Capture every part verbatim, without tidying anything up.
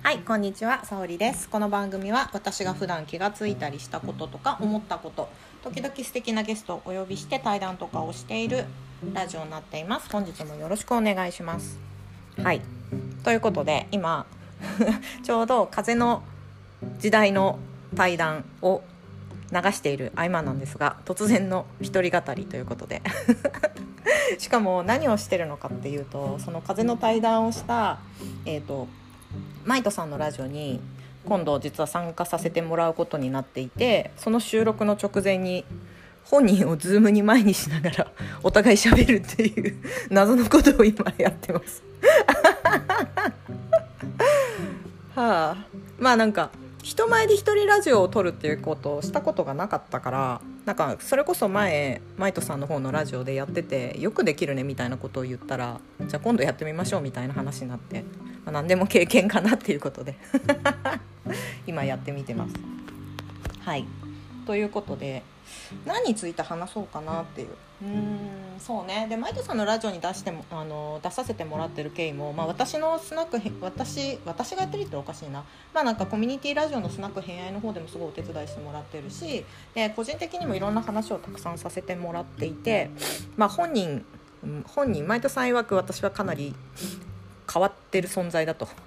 はい、こんにちは、さおりです。この番組は私が普段気がついたりしたこととか思ったこと、時々素敵なゲストをお呼びして対談とかをしているラジオになっています。本日もよろしくお願いします。はい、ということで今ちょうど風の時代の対談を流している合間なんですが、突然の一人語りということでしかも何をしてるのかっていうと、その風の対談をした、えーとマイトさんのラジオに今度実は参加させてもらうことになっていて、その収録の直前に本人をズームに前にしながらお互い喋るっていう謎のことを今やってますはあ、まあなんか人前で一人ラジオを撮るっていうことをしたことがなかったから、なんかそれこそ前マイトさんの方のラジオでやっててよくできるねみたいなことを言ったら、じゃあ今度やってみましょうみたいな話になって、まあ、何でも経験かなっていうことで今やってみてます。はい、ということで何について話そうかなっていううーんそうね。でマイトさんのラジオに出してもあの出させてもらってる経緯も、まあ、私のスナック私私がやってるっておかしいな、まあなんかコミュニティラジオのスナック偏愛の方でもすごいお手伝いしてもらってるし、で個人的にもいろんな話をたくさんさせてもらっていて、まあ本人本人マイトさん曰く私はかなり変わってる存在だと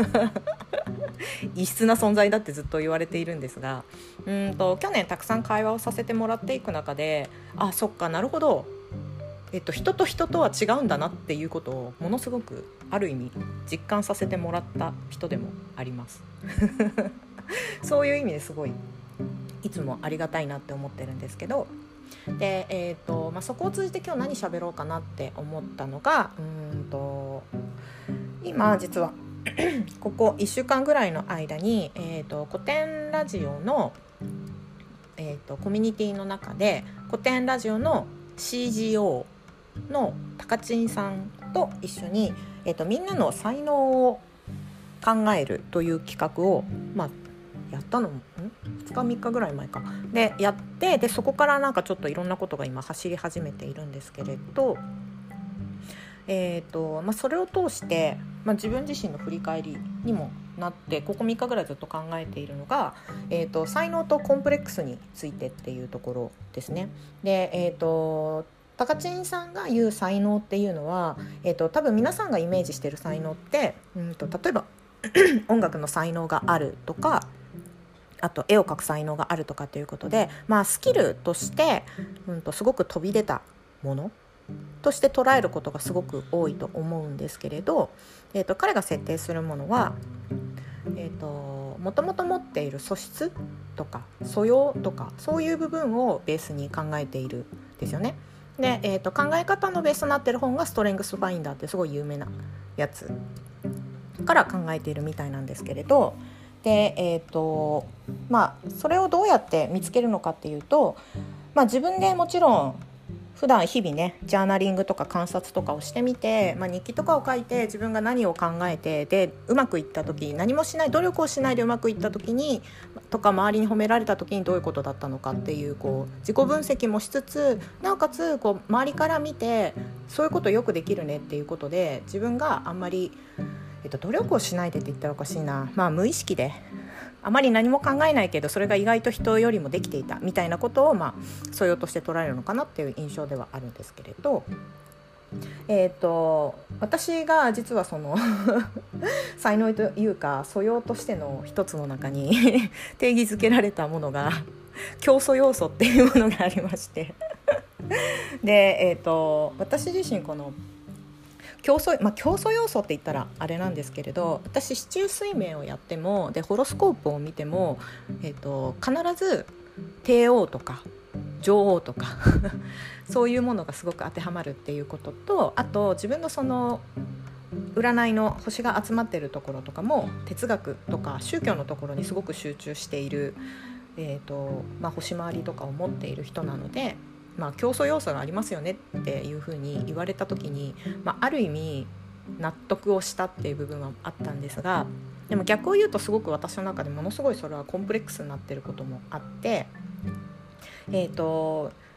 異質な存在だってずっと言われているんですが、うんと去年たくさん会話をさせてもらっていく中で、あ、そっかなるほど、えっと、人と人とは違うんだなっていうことをものすごくある意味実感させてもらった人でもありますそういう意味ですごいいつもありがたいなって思ってるんですけど、で、えーとまあ、そこを通じて今日何喋ろうかなって思ったのが、うーんと今実はここいっしゅうかんぐらいの間に、えーと古典ラジオの、えーとコミュニティの中で古典ラジオの シージーオー の高知んさんと一緒に、えーとみんなの才能を考えるという企画を、まあ、やったのもふつかみっかぐらい前かでやって、でそこからなんかちょっといろんなことが今走り始めているんですけれど、えーとまあ、それを通して、まあ、自分自身の振り返りにもなって、ここみっかぐらいずっと考えているのが、えーと才能とコンプレックスについてっていうところですね。で、えーと高知さんが言う才能っていうのは、えーと多分皆さんがイメージしてる才能って、うんと例えば音楽の才能があるとか、あと絵を描く才能があるとかということで、まあ、スキルとして、うん、とすごく飛び出たものとして捉えることがすごく多いと思うんですけれど、えー、と彼が設定するものは、えー、ともともと持っている素質とか素養とかそういう部分をベースに考えているんですよね。で、えー、と考え方のベースになっている本がストレングスファインダーってすごい有名なやつから考えているみたいなんですけれど、で、えーとまあ、それをどうやって見つけるのかっていうと、まあ、自分でもちろん普段日々ねジャーナリングとか観察とかをしてみて、まあ、日記とかを書いて自分が何を考えて、でうまくいった時、何もしない努力をしないでうまくいった時にとか周りに褒められた時にどういうことだったのかっていう、こう自己分析もしつつ、なおかつこう周りから見てそういうことよくできるねっていうことで、自分があんまりえっと、努力をしないでって言ったらおかしいな、まあ、無意識であまり何も考えないけどそれが意外と人よりもできていたみたいなことを、まあ、素養として捉えるのかなっていう印象ではあるんですけれど、えー、と私が実はその才能というか素養としての一つの中に定義づけられたものが競争要素っていうものがありましてで、えー、と私自身この競争、まあ、競争要素って言ったらあれなんですけれど、私四柱推命をやってもでホロスコープを見ても、えー、と必ず帝王とか女王とかそういうものがすごく当てはまるっていうことと、あと自分のその占いの星が集まっているところとかも哲学とか宗教のところにすごく集中している、えーとまあ、星回りとかを持っている人なので、まあ、競争要素がありますよねっていうふうに言われた時に、まあ、ある意味納得をしたっていう部分はあったんですが、でも逆を言うとすごく私の中でものすごいそれはコンプレックスになっていることもあって、えーと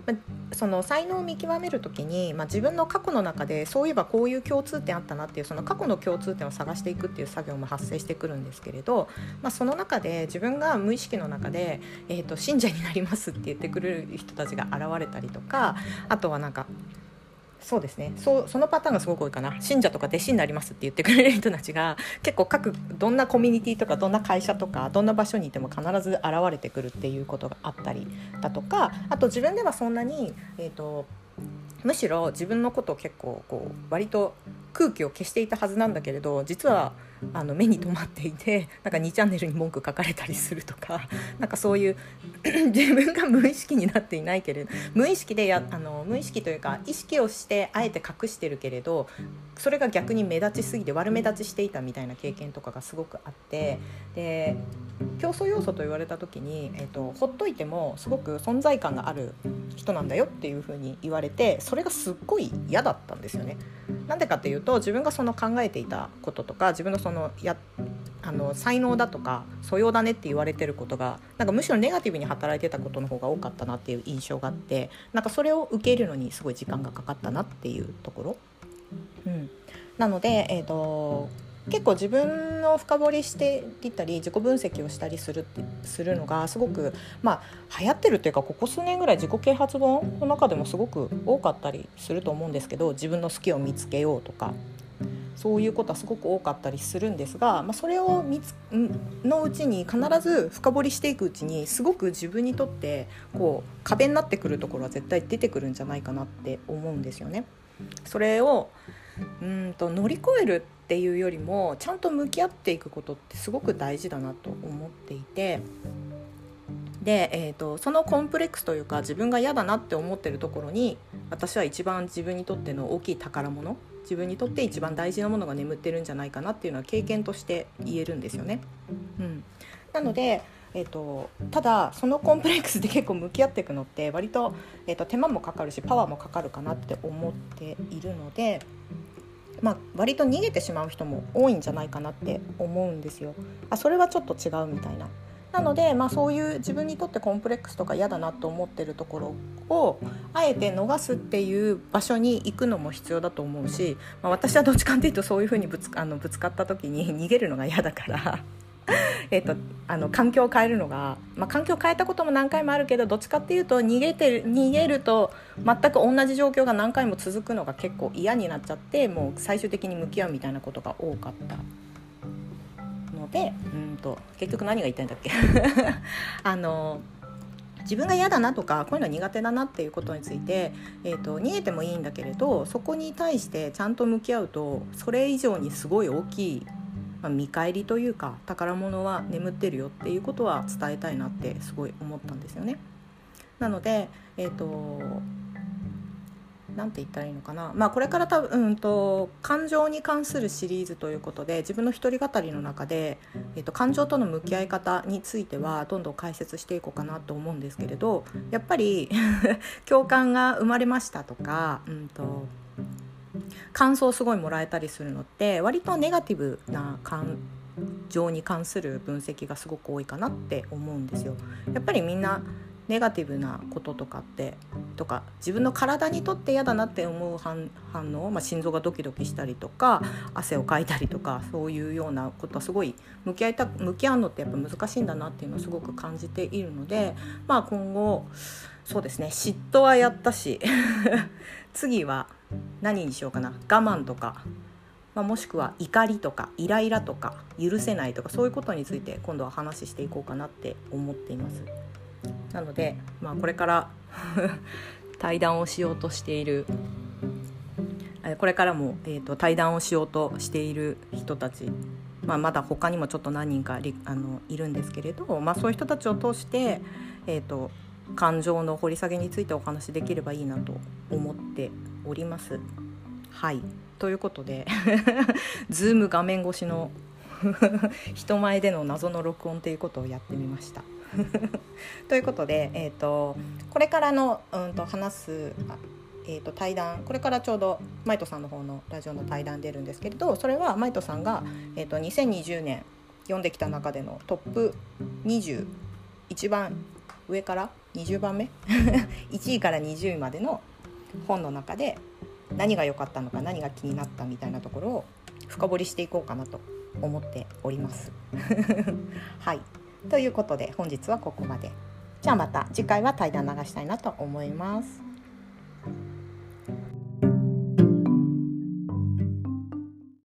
まあ、その才能を見極めるときに、まあ、自分の過去の中でそういえばこういう共通点あったなっていうその過去の共通点を探していくっていう作業も発生してくるんですけれど、まあ、その中で自分が無意識の中で、えーと、信者になりますって言ってくれる人たちが現れたりとか、あとはなんかそうですね、そ, そのパターンがすごく多いかな。信者とか弟子になりますって言ってくれる人たちが結構各どんなコミュニティとかどんな会社とかどんな場所にいても必ず現れてくるっていうことがあったりだとか、あと自分ではそんなに、えーと、むしろ自分のことを結構こう割と空気を消していたはずなんだけれど、実はあの目に留まっていて、なんかにチャンネルに文句書かれたりするとか、なんかそういう自分が無意識になっていないけれど無意識でやあの無意識というか意識をしてあえて隠してるけれど、それが逆に目立ちすぎて悪目立ちしていたみたいな経験とかがすごくあって、で競争要素と言われた時に、えーと、ほっといてもすごく存在感がある人なんだよっていう風に言われて、それがすっごい嫌だったんですよね。なんでかっていうと、自分がその考えていたこととか自分のそのやあの才能だとか素養だねって言われてることがなんかむしろネガティブに働いてたことの方が多かったなっていう印象があって、なんかそれを受け入れるのにすごい時間がかかったなっていうところ、うん、なので、えーと結構自分を深掘りしていったり自己分析をしたりするってするのがすごく、まあ、流行ってるっていうか、ここ数年ぐらい自己啓発本の中でもすごく多かったりすると思うんですけど、自分の好きを見つけようとかそういうことはすごく多かったりするんですが、まあ、それを見つのうちに必ず深掘りしていくうちにすごく自分にとってこう壁になってくるところは絶対出てくるんじゃないかなって思うんですよね。それをうんと乗り越えるっていうよりもちゃんと向き合っていくことってすごく大事だなと思っていて、で、えーと、そのコンプレックスというか自分が嫌だなって思ってるところに私は一番自分にとっての大きい宝物、自分にとって一番大事なものが眠ってるんじゃないかなっていうのは経験として言えるんですよね、うん、なので、えーと、ただそのコンプレックスで結構向き合っていくのって割と、えーと、手間もかかるしパワーもかかるかなって思っているので、まあ、割と逃げてしまう人も多いんじゃないかなって思うんですよ。あ、それはちょっと違うみたいな。なので、まあ、そういう自分にとってコンプレックスとか嫌だなと思ってるところをあえて逃すっていう場所に行くのも必要だと思うし、まあ、私はどっちかっていうとそういうふうにぶつ、あのぶつかった時に逃げるのが嫌だからえっと、あの環境を変えるのが、まあ、環境を変えたことも何回もあるけど、どっちかっていうと逃げてる逃げると全く同じ状況が何回も続くのが結構嫌になっちゃって、もう最終的に向き合うみたいなことが多かったので、うんと結局何が言いたいんだっけあの自分が嫌だなとかこういうの苦手だなっていうことについて、えーと、逃げてもいいんだけれど、そこに対してちゃんと向き合うとそれ以上にすごい大きい、まあ、見返りというか宝物は眠ってるよっていうことは伝えたいなってすごい思ったんですよね。なので、えーとなんて言ったらいいのかな、まあ、これから多分、うんと、感情に関するシリーズということで自分の一人語りの中で、えーと、感情との向き合い方についてはどんどん解説していこうかなと思うんですけれど、やっぱり共感が生まれましたとか、うんと感想をすごいもらえたりするのって割とネガティブな感情に関する分析がすごく多いかなって思うんですよ。やっぱりみんなネガティブなこととかってとか自分の体にとって嫌だなって思う 反, 反応、まあ、心臓がドキドキしたりとか汗をかいたりとかそういうようなことはすごい向き合いた向き合うのってやっぱ難しいんだなっていうのをすごく感じているので、まあ、今後そうですね、嫉妬はやったし次は何にしようかな、我慢とか、まあ、もしくは怒りとかイライラとか許せないとかそういうことについて今度は話していこうかなって思っています。なので、まあ、これから対談をしようとしているこれからも、えーと、対談をしようとしている人たち、まあ、まだ他にもちょっと何人かあのいるんですけれど、まあ、そういう人たちを通して、えーと、感情の掘り下げについてお話しできればいいなと思っております。はい、ということでズーム画面越しの人前での謎の録音ということをやってみましたということで、えーと、これからの、うんと話す、えーと、対談、これからちょうどマイトさんの方のラジオの対談出るんですけれど、それはマイトさんが、えーと、にせんにじゅうねん読んできた中でのトップにじゅう一番上からにじゅうばんめいちいからにじゅういまでの本の中で何が良かったのか何が気になったみたいなところを深掘りしていこうかなと思っておりますはい、ということで本日はここまで。じゃあまた次回は対談流したいなと思います。